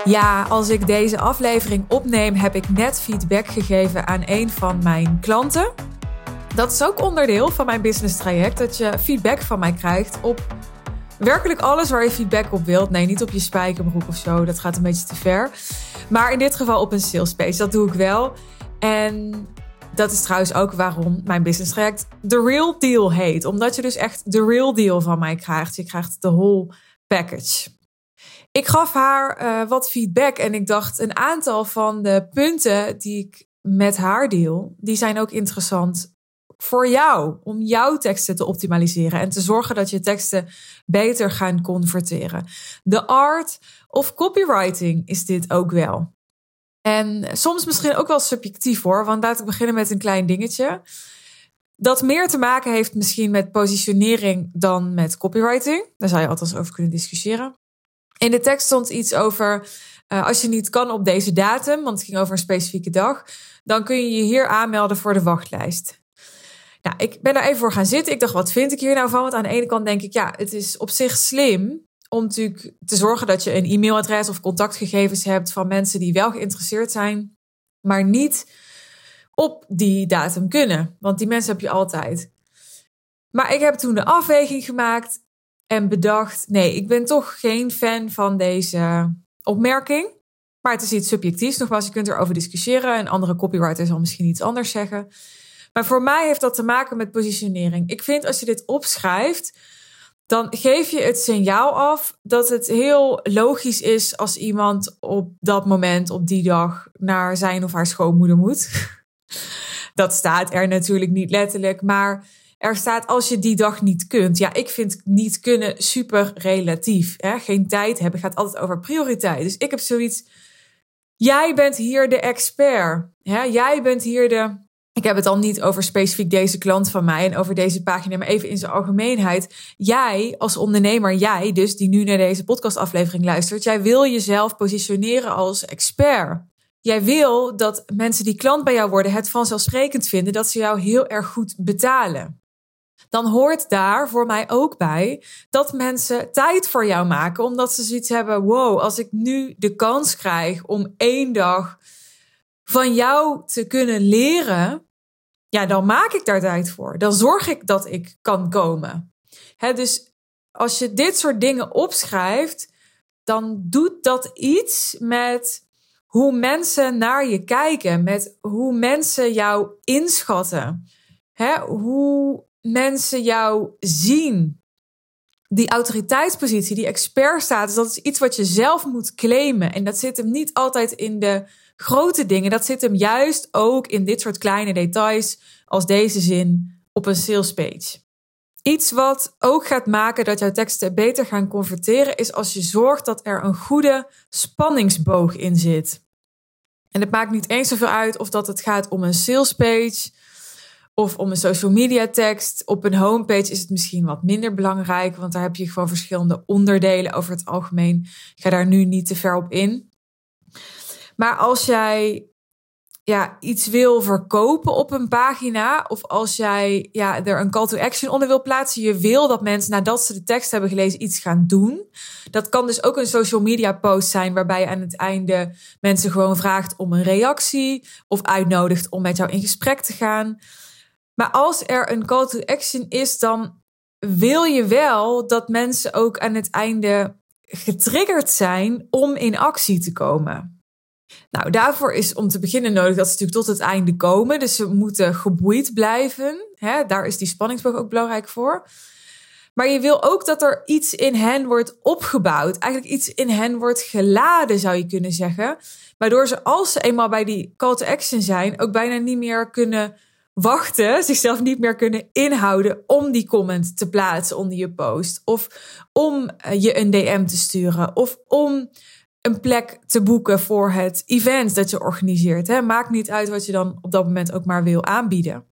Ja, als ik deze aflevering opneem, heb ik net feedback gegeven aan een van mijn klanten. Dat is ook onderdeel van mijn business traject, dat je feedback van mij krijgt op werkelijk alles waar je feedback op wilt. Nee, niet op je spijkerbroek of zo, dat gaat een beetje te ver. Maar in dit geval op een sales page, dat doe ik wel. En dat is trouwens ook waarom mijn business traject The Real Deal heet. Omdat je dus echt the real deal van mij krijgt. Je krijgt de whole package. Ik gaf haar wat feedback en ik dacht een aantal van de punten die ik met haar deel, die zijn ook interessant voor jou. Om jouw teksten te optimaliseren en te zorgen dat je teksten beter gaan converteren. The art of copywriting is dit ook wel. En soms misschien ook wel subjectief hoor, want laat ik beginnen met een klein dingetje. Dat meer te maken heeft misschien met positionering dan met copywriting. Daar zou je althans over kunnen discussiëren. In de tekst stond iets over, als je niet kan op deze datum, want het ging over een specifieke dag, dan kun je je hier aanmelden voor de wachtlijst. Nou, ik ben daar even voor gaan zitten. Ik dacht, wat vind ik hier nou van? Want aan de ene kant denk ik, ja, het is op zich slim om natuurlijk te zorgen dat je een e-mailadres of contactgegevens hebt van mensen die wel geïnteresseerd zijn, maar niet op die datum kunnen. Want die mensen heb je altijd. Maar ik heb toen de afweging gemaakt en bedacht, nee, ik ben toch geen fan van deze opmerking. Maar het is iets subjectiefs. Nogmaals, je kunt erover discussiëren. Een andere copywriter zal misschien iets anders zeggen. Maar voor mij heeft dat te maken met positionering. Ik vind als je dit opschrijft, dan geef je het signaal af dat het heel logisch is als iemand op dat moment, op die dag, naar zijn of haar schoonmoeder moet. Dat staat er natuurlijk niet letterlijk, maar er staat als je die dag niet kunt. Ja, ik vind niet kunnen super relatief. Hè? Geen tijd hebben gaat altijd over prioriteit. Dus ik heb zoiets, jij bent hier de expert. Hè? Jij bent hier de... Ik heb het al niet over specifiek deze klant van mij en over deze pagina, maar even in zijn algemeenheid. Jij als ondernemer, jij dus die nu naar deze podcastaflevering luistert, jij wil jezelf positioneren als expert. Jij wil dat mensen die klant bij jou worden het vanzelfsprekend vinden dat ze jou heel erg goed betalen. Dan hoort daar voor mij ook bij dat mensen tijd voor jou maken, omdat ze zoiets hebben, wow, als ik nu de kans krijg om 1 dag van jou te kunnen leren, ja, dan maak ik daar tijd voor. Dan zorg ik dat ik kan komen. Dus als je dit soort dingen opschrijft, dan doet dat iets met hoe mensen naar je kijken, met hoe mensen jou inschatten, hoe mensen jou zien. Die autoriteitspositie, die expertstatus, dat is iets wat je zelf moet claimen. En dat zit hem niet altijd in de grote dingen. Dat zit hem juist ook in dit soort kleine details als deze zin op een salespage. Iets wat ook gaat maken dat jouw teksten beter gaan converteren is als je zorgt dat er een goede spanningsboog in zit. En het maakt niet eens zoveel uit of dat het gaat om een salespage of om een social media tekst. Op een homepage is het misschien wat minder belangrijk, want daar heb je gewoon verschillende onderdelen over het algemeen. Ik ga daar nu niet te ver op in. Maar als jij iets wil verkopen op een pagina, of als jij er een call to action onder wil plaatsen, je wil dat mensen nadat ze de tekst hebben gelezen iets gaan doen. Dat kan dus ook een social media post zijn waarbij je aan het einde mensen gewoon vraagt om een reactie of uitnodigt om met jou in gesprek te gaan. Maar als er een call to action is, dan wil je wel dat mensen ook aan het einde getriggerd zijn om in actie te komen. Nou, daarvoor is om te beginnen nodig dat ze natuurlijk tot het einde komen. Dus ze moeten geboeid blijven. Daar is die spanningsboog ook belangrijk voor. Maar je wil ook dat er iets in hen wordt opgebouwd. Eigenlijk iets in hen wordt geladen, zou je kunnen zeggen. Waardoor ze, als ze eenmaal bij die call to action zijn, ook bijna niet meer kunnen wachten, zichzelf niet meer kunnen inhouden om die comment te plaatsen onder je post. Of om je een DM te sturen. Of om een plek te boeken voor het event dat je organiseert. Maakt niet uit wat je dan op dat moment ook maar wil aanbieden.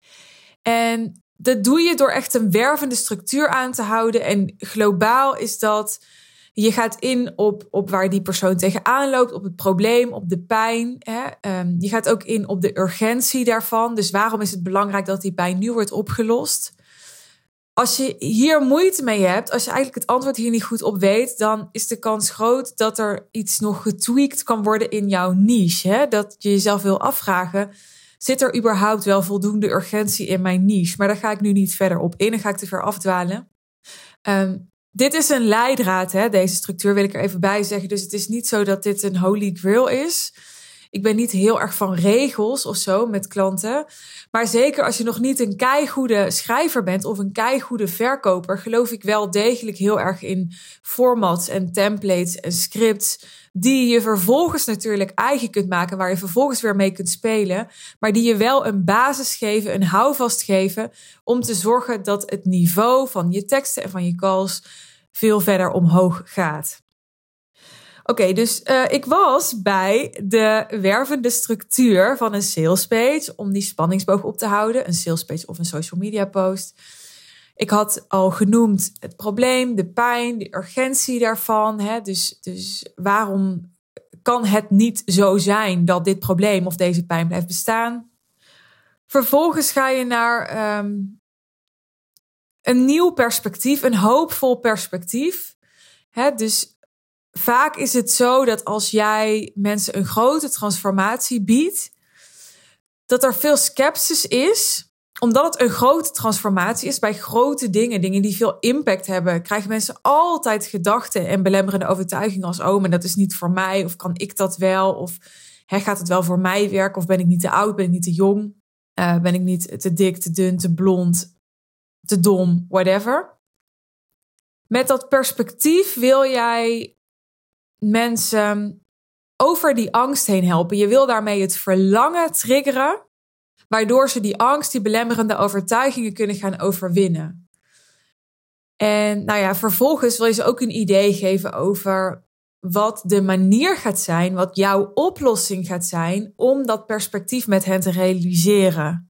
En dat doe je door echt een wervende structuur aan te houden. En globaal is dat, je gaat in op waar die persoon tegenaan loopt, op het probleem, op de pijn. Je gaat ook in op de urgentie daarvan. Dus waarom is het belangrijk dat die pijn nu wordt opgelost? Als je hier moeite mee hebt, als je eigenlijk het antwoord hier niet goed op weet, dan is de kans groot dat er iets nog getweakt kan worden in jouw niche. Hè? Dat je jezelf wil afvragen, zit er überhaupt wel voldoende urgentie in mijn niche? Maar daar ga ik nu niet verder op in, dan ga ik te ver afdwalen. Dit is een leidraad, hè? Deze structuur wil ik er even bij zeggen. Dus het is niet zo dat dit een holy grail is. Ik ben niet heel erg van regels of zo met klanten. Maar zeker als je nog niet een keigoede schrijver bent of een keigoede verkoper, geloof ik wel degelijk heel erg in formats en templates en scripts die je vervolgens natuurlijk eigen kunt maken, waar je vervolgens weer mee kunt spelen, maar die je wel een basis geven, een houvast geven, om te zorgen dat het niveau van je teksten en van je calls veel verder omhoog gaat. Oké, dus ik was bij de wervende structuur van een salespage om die spanningsboog op te houden. Een salespage of een social media post. Ik had al genoemd het probleem, de pijn, de urgentie daarvan. Hè? Dus waarom kan het niet zo zijn dat dit probleem of deze pijn blijft bestaan? Vervolgens ga je naar een nieuw perspectief, een hoopvol perspectief. Hè? Dus vaak is het zo dat als jij mensen een grote transformatie biedt, dat er veel sceptisch is. Omdat het een grote transformatie is bij grote dingen die veel impact hebben, krijgen mensen altijd gedachten en belemmerende overtuigingen als, oh, maar dat is niet voor mij, of kan ik dat wel, of gaat het wel voor mij werken, of ben ik niet te oud, ben ik niet te jong, ben ik niet te dik, te dun, te blond, te dom, whatever. Met dat perspectief wil jij mensen over die angst heen helpen. Je wil daarmee het verlangen triggeren, waardoor ze die angst, die belemmerende overtuigingen kunnen gaan overwinnen. En nou ja, vervolgens wil je ze ook een idee geven over wat de manier gaat zijn, wat jouw oplossing gaat zijn om dat perspectief met hen te realiseren.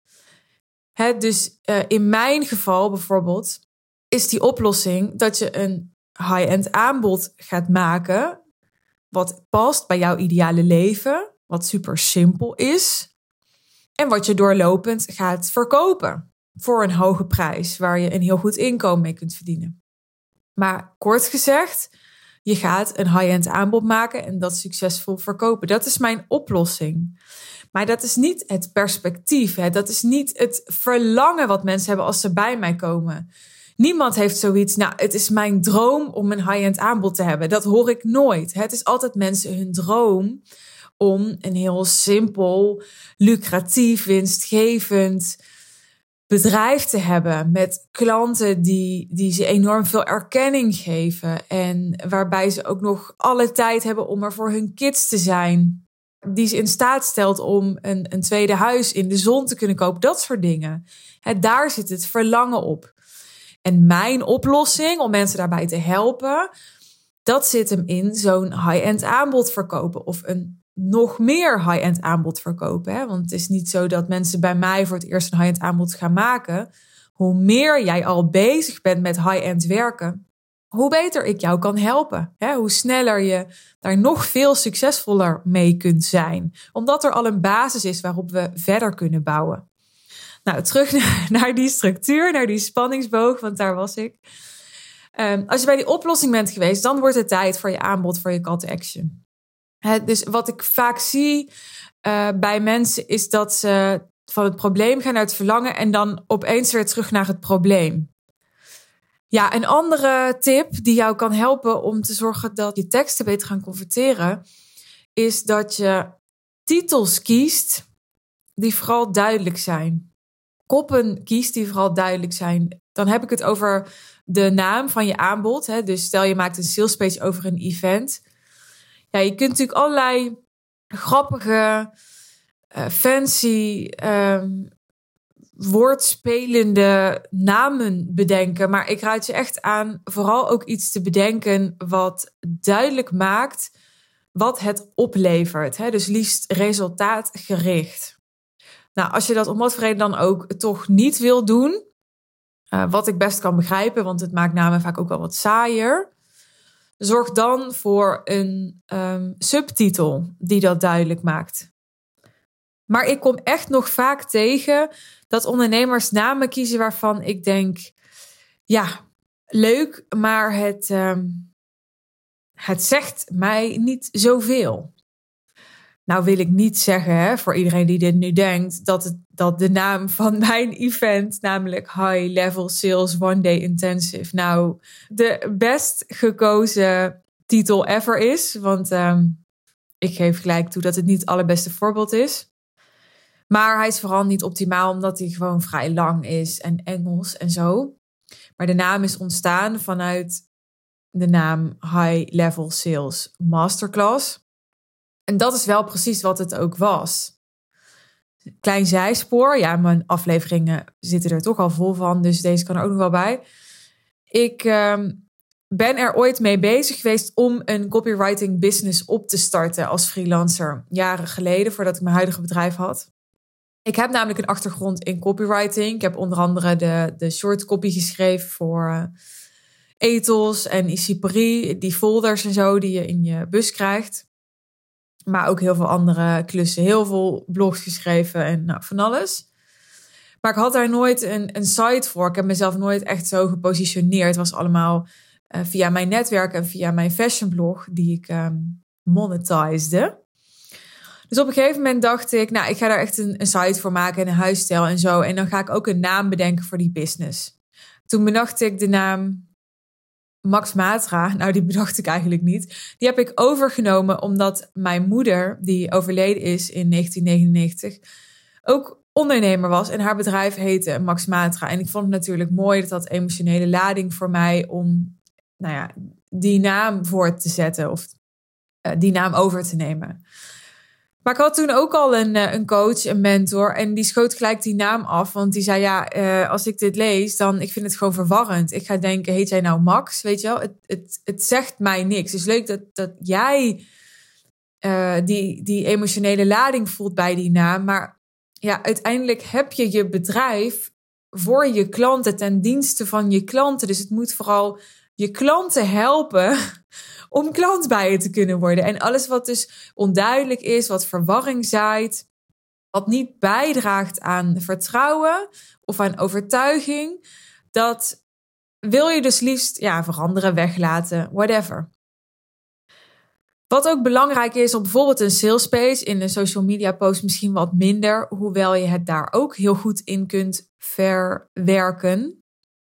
Dus in mijn geval bijvoorbeeld is die oplossing dat je een high-end aanbod gaat maken wat past bij jouw ideale leven, wat super simpel is en wat je doorlopend gaat verkopen voor een hoge prijs waar je een heel goed inkomen mee kunt verdienen. Maar kort gezegd, je gaat een high-end aanbod maken en dat succesvol verkopen. Dat is mijn oplossing. Maar dat is niet het perspectief. Dat is niet het verlangen wat mensen hebben als ze bij mij komen. Niemand heeft zoiets, nou, het is mijn droom om een high-end aanbod te hebben. Dat hoor ik nooit. Het is altijd mensen hun droom om een heel simpel, lucratief, winstgevend bedrijf te hebben. Met klanten die ze enorm veel erkenning geven. En waarbij ze ook nog alle tijd hebben om er voor hun kids te zijn. Die ze in staat stelt om een tweede huis in de zon te kunnen kopen. Dat soort dingen. Daar zit het verlangen op. En mijn oplossing om mensen daarbij te helpen, dat zit hem in zo'n high-end aanbod verkopen of een nog meer high-end aanbod verkopen. Want het is niet zo dat mensen bij mij voor het eerst een high-end aanbod gaan maken. Hoe meer jij al bezig bent met high-end werken, hoe beter ik jou kan helpen. Hoe sneller je daar nog veel succesvoller mee kunt zijn. Omdat er al een basis is waarop we verder kunnen bouwen. Nou, terug naar die structuur, naar die spanningsboog, want daar was ik. Als je bij die oplossing bent geweest, dan wordt het tijd voor je aanbod, voor je call to action. Dus wat ik vaak zie bij mensen is dat ze van het probleem gaan naar het verlangen en dan opeens weer terug naar het probleem. Ja, een andere tip die jou kan helpen om te zorgen dat je teksten beter gaan converteren, is dat je titels kiest die vooral duidelijk zijn. Koppen kiest die vooral duidelijk zijn. Dan heb ik het over de naam van je aanbod. Dus stel je maakt een salespage over een event. Ja, je kunt natuurlijk allerlei grappige, fancy, woordspelende namen bedenken. Maar ik raad je echt aan vooral ook iets te bedenken wat duidelijk maakt wat het oplevert. Dus liefst resultaatgericht. Nou, als je dat om wat voor reden dan ook toch niet wil doen, wat ik best kan begrijpen, want het maakt namen vaak ook wel wat saaier, zorg dan voor een subtitel die dat duidelijk maakt. Maar ik kom echt nog vaak tegen dat ondernemers namen kiezen waarvan ik denk, ja, leuk, maar het zegt mij niet zoveel. Nou wil ik niet zeggen, voor iedereen die dit nu denkt, dat de naam van mijn event, namelijk High Level Sales One Day Intensive, nou de best gekozen titel ever is. Want ik geef gelijk toe dat het niet het allerbeste voorbeeld is. Maar hij is vooral niet optimaal omdat hij gewoon vrij lang is en Engels en zo. Maar de naam is ontstaan vanuit de naam High Level Sales Masterclass. En dat is wel precies wat het ook was. Klein zijspoor. Ja, mijn afleveringen zitten er toch al vol van. Dus deze kan er ook nog wel bij. Ik ben er ooit mee bezig geweest om een copywriting business op te starten als freelancer. Jaren geleden, voordat ik mijn huidige bedrijf had. Ik heb namelijk een achtergrond in copywriting. Ik heb onder andere de short copy geschreven voor Ethos en Icipri. Die folders en zo die je in je bus krijgt. Maar ook heel veel andere klussen. Heel veel blogs geschreven en van alles. Maar ik had daar nooit een site voor. Ik heb mezelf nooit echt zo gepositioneerd. Het was allemaal via mijn netwerk en via mijn fashionblog die ik monetizede. Dus op een gegeven moment dacht ik, nou, ik ga daar echt een site voor maken en een huisstijl en zo. En dan ga ik ook een naam bedenken voor die business. Toen bedacht ik de naam Max Matra. Nou, die bedacht ik eigenlijk niet. Die heb ik overgenomen omdat mijn moeder, die overleden is in 1999, ook ondernemer was. En haar bedrijf heette Max Matra. En ik vond het natuurlijk mooi dat dat emotionele lading voor mij om, nou ja, die naam voor te zetten of die naam over te nemen. Maar ik had toen ook al een coach, een mentor. En die schoot gelijk die naam af. Want die zei, als ik dit lees, dan ik vind het gewoon verwarrend. Ik ga denken, heet jij nou Max? Weet je wel, het zegt mij niks. Het is leuk dat jij die emotionele lading voelt bij die naam. Maar ja, uiteindelijk heb je je bedrijf voor je klanten, ten dienste van je klanten. Dus het moet vooral je klanten helpen om klant bij je te kunnen worden. En alles wat dus onduidelijk is, wat verwarring zaait, wat niet bijdraagt aan vertrouwen of aan overtuiging, dat wil je dus liefst veranderen, weglaten, whatever. Wat ook belangrijk is op bijvoorbeeld een sales page, in een social media post misschien wat minder, hoewel je het daar ook heel goed in kunt verwerken,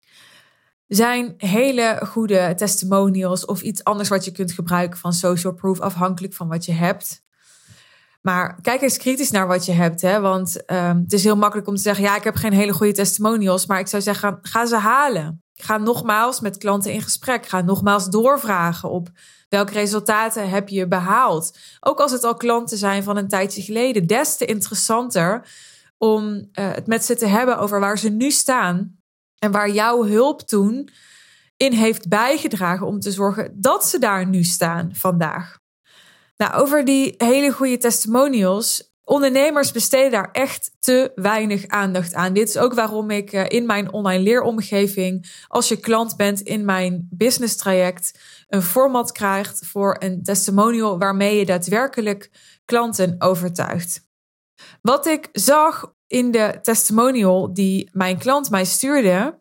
zijn hele goede testimonials of iets anders wat je kunt gebruiken van social proof, afhankelijk van wat je hebt. Maar kijk eens kritisch naar wat je hebt, hè? Want het is heel makkelijk om te zeggen, ik heb geen hele goede testimonials, maar ik zou zeggen, ga ze halen. Ga nogmaals met klanten in gesprek. Ga nogmaals doorvragen op welke resultaten heb je behaald. Ook als het al klanten zijn van een tijdje geleden. Des te interessanter om het met ze te hebben over waar ze nu staan. En waar jouw hulp toen in heeft bijgedragen om te zorgen dat ze daar nu staan vandaag. Nou, over die hele goede testimonials. Ondernemers besteden daar echt te weinig aandacht aan. Dit is ook waarom ik in mijn online leeromgeving, als je klant bent in mijn business traject, een format krijgt voor een testimonial waarmee je daadwerkelijk klanten overtuigt. Wat ik zag in de testimonial die mijn klant mij stuurde,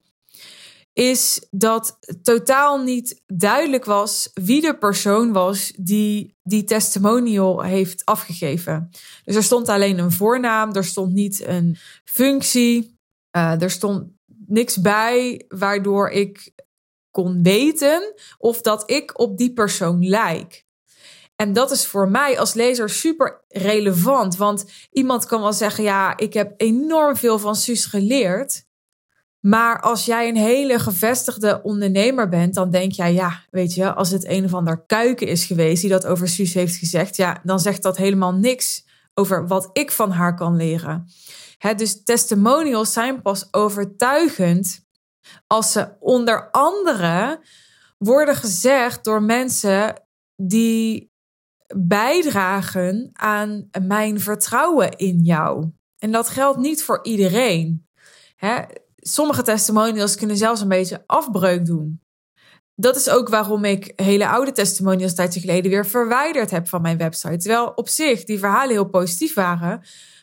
is dat totaal niet duidelijk was wie de persoon was die die testimonial heeft afgegeven. Dus er stond alleen een voornaam, er stond niet een functie, er stond niks bij waardoor ik kon weten of dat ik op die persoon lijk. En dat is voor mij als lezer super relevant, want iemand kan wel zeggen, ik heb enorm veel van Suus geleerd. Maar als jij een hele gevestigde ondernemer bent, dan denk jij, weet je, als het een of ander kuiken is geweest die dat over Suus heeft gezegd, dan zegt dat helemaal niks over wat ik van haar kan leren. Dus testimonials zijn pas overtuigend als ze onder andere worden gezegd door mensen die bijdragen aan mijn vertrouwen in jou. En dat geldt niet voor iedereen. Sommige testimonials kunnen zelfs een beetje afbreuk doen. Dat is ook waarom ik hele oude testimonials een tijdje geleden weer verwijderd heb van mijn website. Terwijl op zich die verhalen heel positief waren.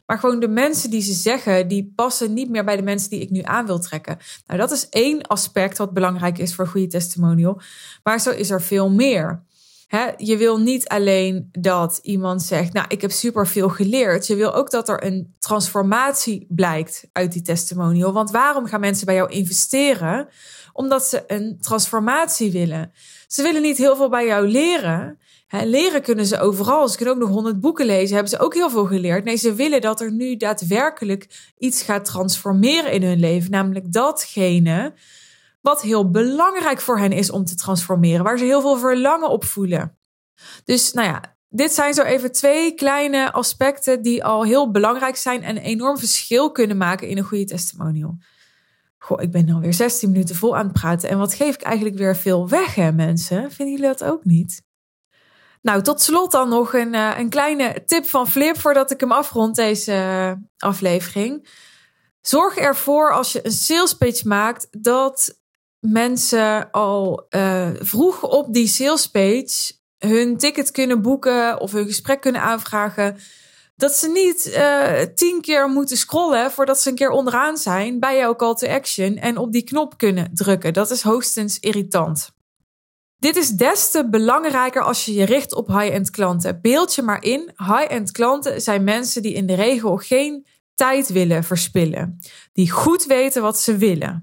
Maar gewoon de mensen die ze zeggen, die passen niet meer bij de mensen die ik nu aan wil trekken. Nou, dat is één aspect wat belangrijk is voor een goede testimonial. Maar zo is er veel meer. Je wil niet alleen dat iemand zegt, nou, ik heb superveel geleerd. Je wil ook dat er een transformatie blijkt uit die testimonial. Want waarom gaan mensen bij jou investeren? Omdat ze een transformatie willen. Ze willen niet heel veel bij jou leren. Leren kunnen ze overal. Ze kunnen ook nog 100 boeken lezen. Hebben ze ook heel veel geleerd. Nee, ze willen dat er nu daadwerkelijk iets gaat transformeren in hun leven. Namelijk datgene wat heel belangrijk voor hen is om te transformeren. Waar ze heel veel verlangen op voelen. Dus nou ja, dit zijn zo even 2 kleine aspecten die al heel belangrijk zijn en een enorm verschil kunnen maken in een goede testimonial. Goh, ik ben alweer 16 minuten vol aan het praten. En wat geef ik eigenlijk weer veel weg, hè mensen? Vinden jullie dat ook niet? Nou, tot slot dan nog een kleine tip van Flip voordat ik hem afrond, deze aflevering. Zorg ervoor als je een sales pitch maakt dat mensen al vroeg op die sales page hun ticket kunnen boeken of hun gesprek kunnen aanvragen. Dat ze niet 10 keer moeten scrollen voordat ze een keer onderaan zijn bij jouw call to action en op die knop kunnen drukken. Dat is hoogstens irritant. Dit is des te belangrijker als je je richt op high-end klanten. Beeld je maar in, high-end klanten zijn mensen die in de regel geen tijd willen verspillen. Die goed weten wat ze willen.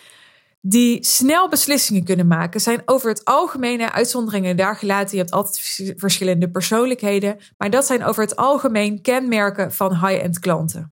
Die snel beslissingen kunnen maken, zijn over het algemeen uitzonderingen daar gelaten. Je hebt altijd verschillende persoonlijkheden, maar dat zijn over het algemeen kenmerken van high-end klanten.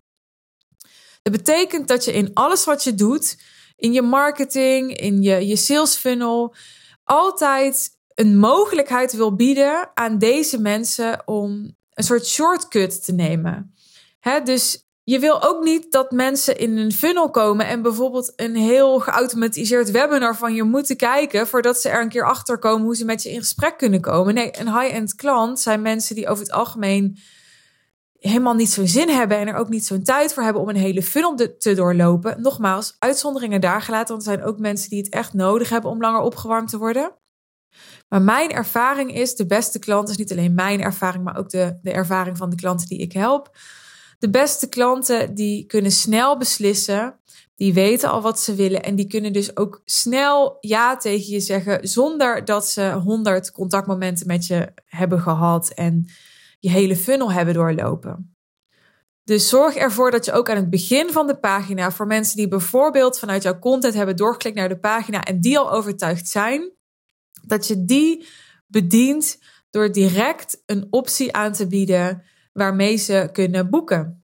Dat betekent dat je in alles wat je doet, in je marketing, in je sales funnel, altijd een mogelijkheid wil bieden aan deze mensen om een soort shortcut te nemen. Dus je wil ook niet dat mensen in een funnel komen en bijvoorbeeld een heel geautomatiseerd webinar van je moeten kijken voordat ze er een keer achter komen hoe ze met je in gesprek kunnen komen. Nee, een high-end klant zijn mensen die over het algemeen helemaal niet zo'n zin hebben en er ook niet zo'n tijd voor hebben om een hele funnel te doorlopen. Nogmaals, uitzonderingen daar gelaten, want er zijn ook mensen die het echt nodig hebben om langer opgewarmd te worden. Maar mijn ervaring is, de beste klant is niet alleen mijn ervaring, maar ook de ervaring van de klanten die ik help. De beste klanten die kunnen snel beslissen, die weten al wat ze willen en die kunnen dus ook snel ja tegen je zeggen zonder dat ze 100 contactmomenten met je hebben gehad en je hele funnel hebben doorlopen. Dus zorg ervoor dat je ook aan het begin van de pagina, voor mensen die bijvoorbeeld vanuit jouw content hebben doorgeklikt naar de pagina en die al overtuigd zijn, dat je die bedient door direct een optie aan te bieden waarmee ze kunnen boeken.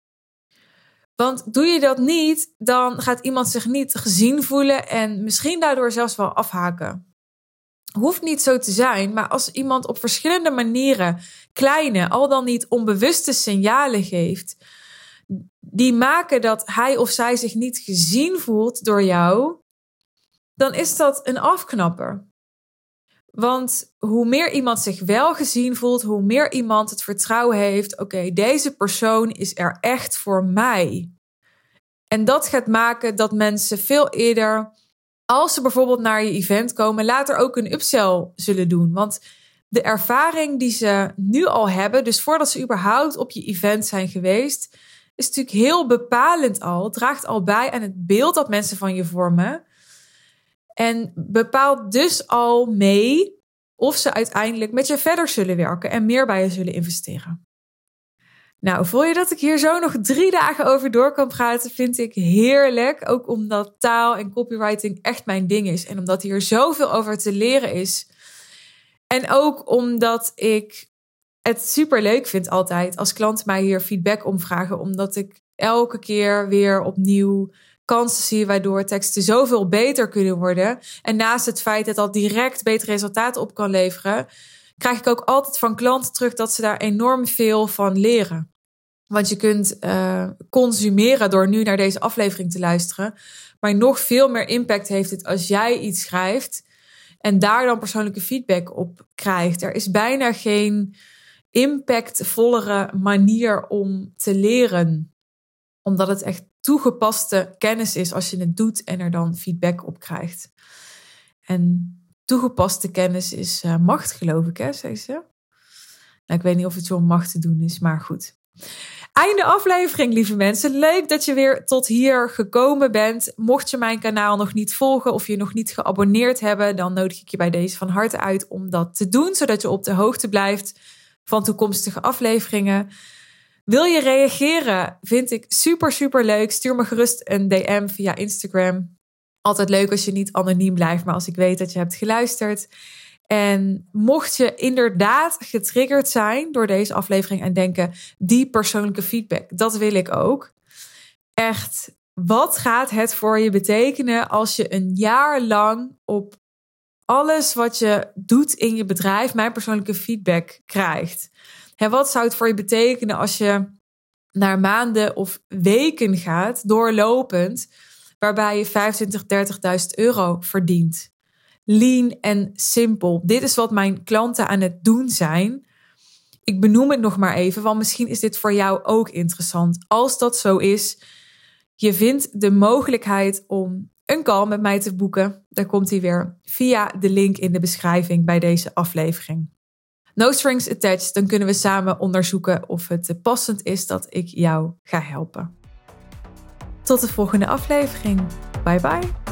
Want doe je dat niet, dan gaat iemand zich niet gezien voelen en misschien daardoor zelfs wel afhaken. Hoeft niet zo te zijn, maar als iemand op verschillende manieren kleine, al dan niet onbewuste signalen geeft, die maken dat hij of zij zich niet gezien voelt door jou, dan is dat een afknapper. Want hoe meer iemand zich wel gezien voelt, hoe meer iemand het vertrouwen heeft, oké, deze persoon is er echt voor mij. En dat gaat maken dat mensen veel eerder, als ze bijvoorbeeld naar je event komen, later ook een upsell zullen doen. Want de ervaring die ze nu al hebben, dus voordat ze überhaupt op je event zijn geweest, is natuurlijk heel bepalend al, draagt al bij aan het beeld dat mensen van je vormen. En bepaalt dus al mee of ze uiteindelijk met je verder zullen werken en meer bij je zullen investeren. Nou, voel je dat ik hier zo nog 3 dagen over door kan praten, vind ik heerlijk. Ook omdat taal en copywriting echt mijn ding is. En omdat hier zoveel over te leren is. En ook omdat ik het super leuk vind altijd als klanten mij hier feedback om vragen. Omdat ik elke keer weer opnieuw kansen zie waardoor teksten zoveel beter kunnen worden. En naast het feit dat dat direct betere resultaten op kan leveren, krijg ik ook altijd van klanten terug dat ze daar enorm veel van leren. Want je kunt consumeren door nu naar deze aflevering te luisteren. Maar nog veel meer impact heeft het als jij iets schrijft en daar dan persoonlijke feedback op krijgt. Er is bijna geen impactvollere manier om te leren. Omdat het echt toegepaste kennis is als je het doet en er dan feedback op krijgt. En toegepaste kennis is macht, geloof ik, hè, zei ze. Nou, ik weet niet of het zo om macht te doen is, maar goed. Einde aflevering, lieve mensen. Leuk dat je weer tot hier gekomen bent. Mocht je mijn kanaal nog niet volgen of je nog niet geabonneerd hebben, dan nodig ik je bij deze van harte uit om dat te doen, zodat je op de hoogte blijft van toekomstige afleveringen. Wil je reageren? Vind ik super leuk. Stuur me gerust een DM via Instagram. Altijd leuk als je niet anoniem blijft, maar als ik weet dat je hebt geluisterd. En mocht je inderdaad getriggerd zijn door deze aflevering en denken, die persoonlijke feedback, dat wil ik ook. Echt, wat gaat het voor je betekenen als je een jaar lang op alles wat je doet in je bedrijf mijn persoonlijke feedback krijgt? En wat zou het voor je betekenen als je naar maanden of weken gaat, doorlopend, waarbij je 25.000, 30.000 euro verdient? Lean en simpel. Dit is wat mijn klanten aan het doen zijn. Ik benoem het nog maar even, want misschien is dit voor jou ook interessant. Als dat zo is, je vindt de mogelijkheid om een call met mij te boeken. Daar komt hij weer via de link in de beschrijving bij deze aflevering. No strings attached, dan kunnen we samen onderzoeken of het passend is dat ik jou ga helpen. Tot de volgende aflevering. Bye bye.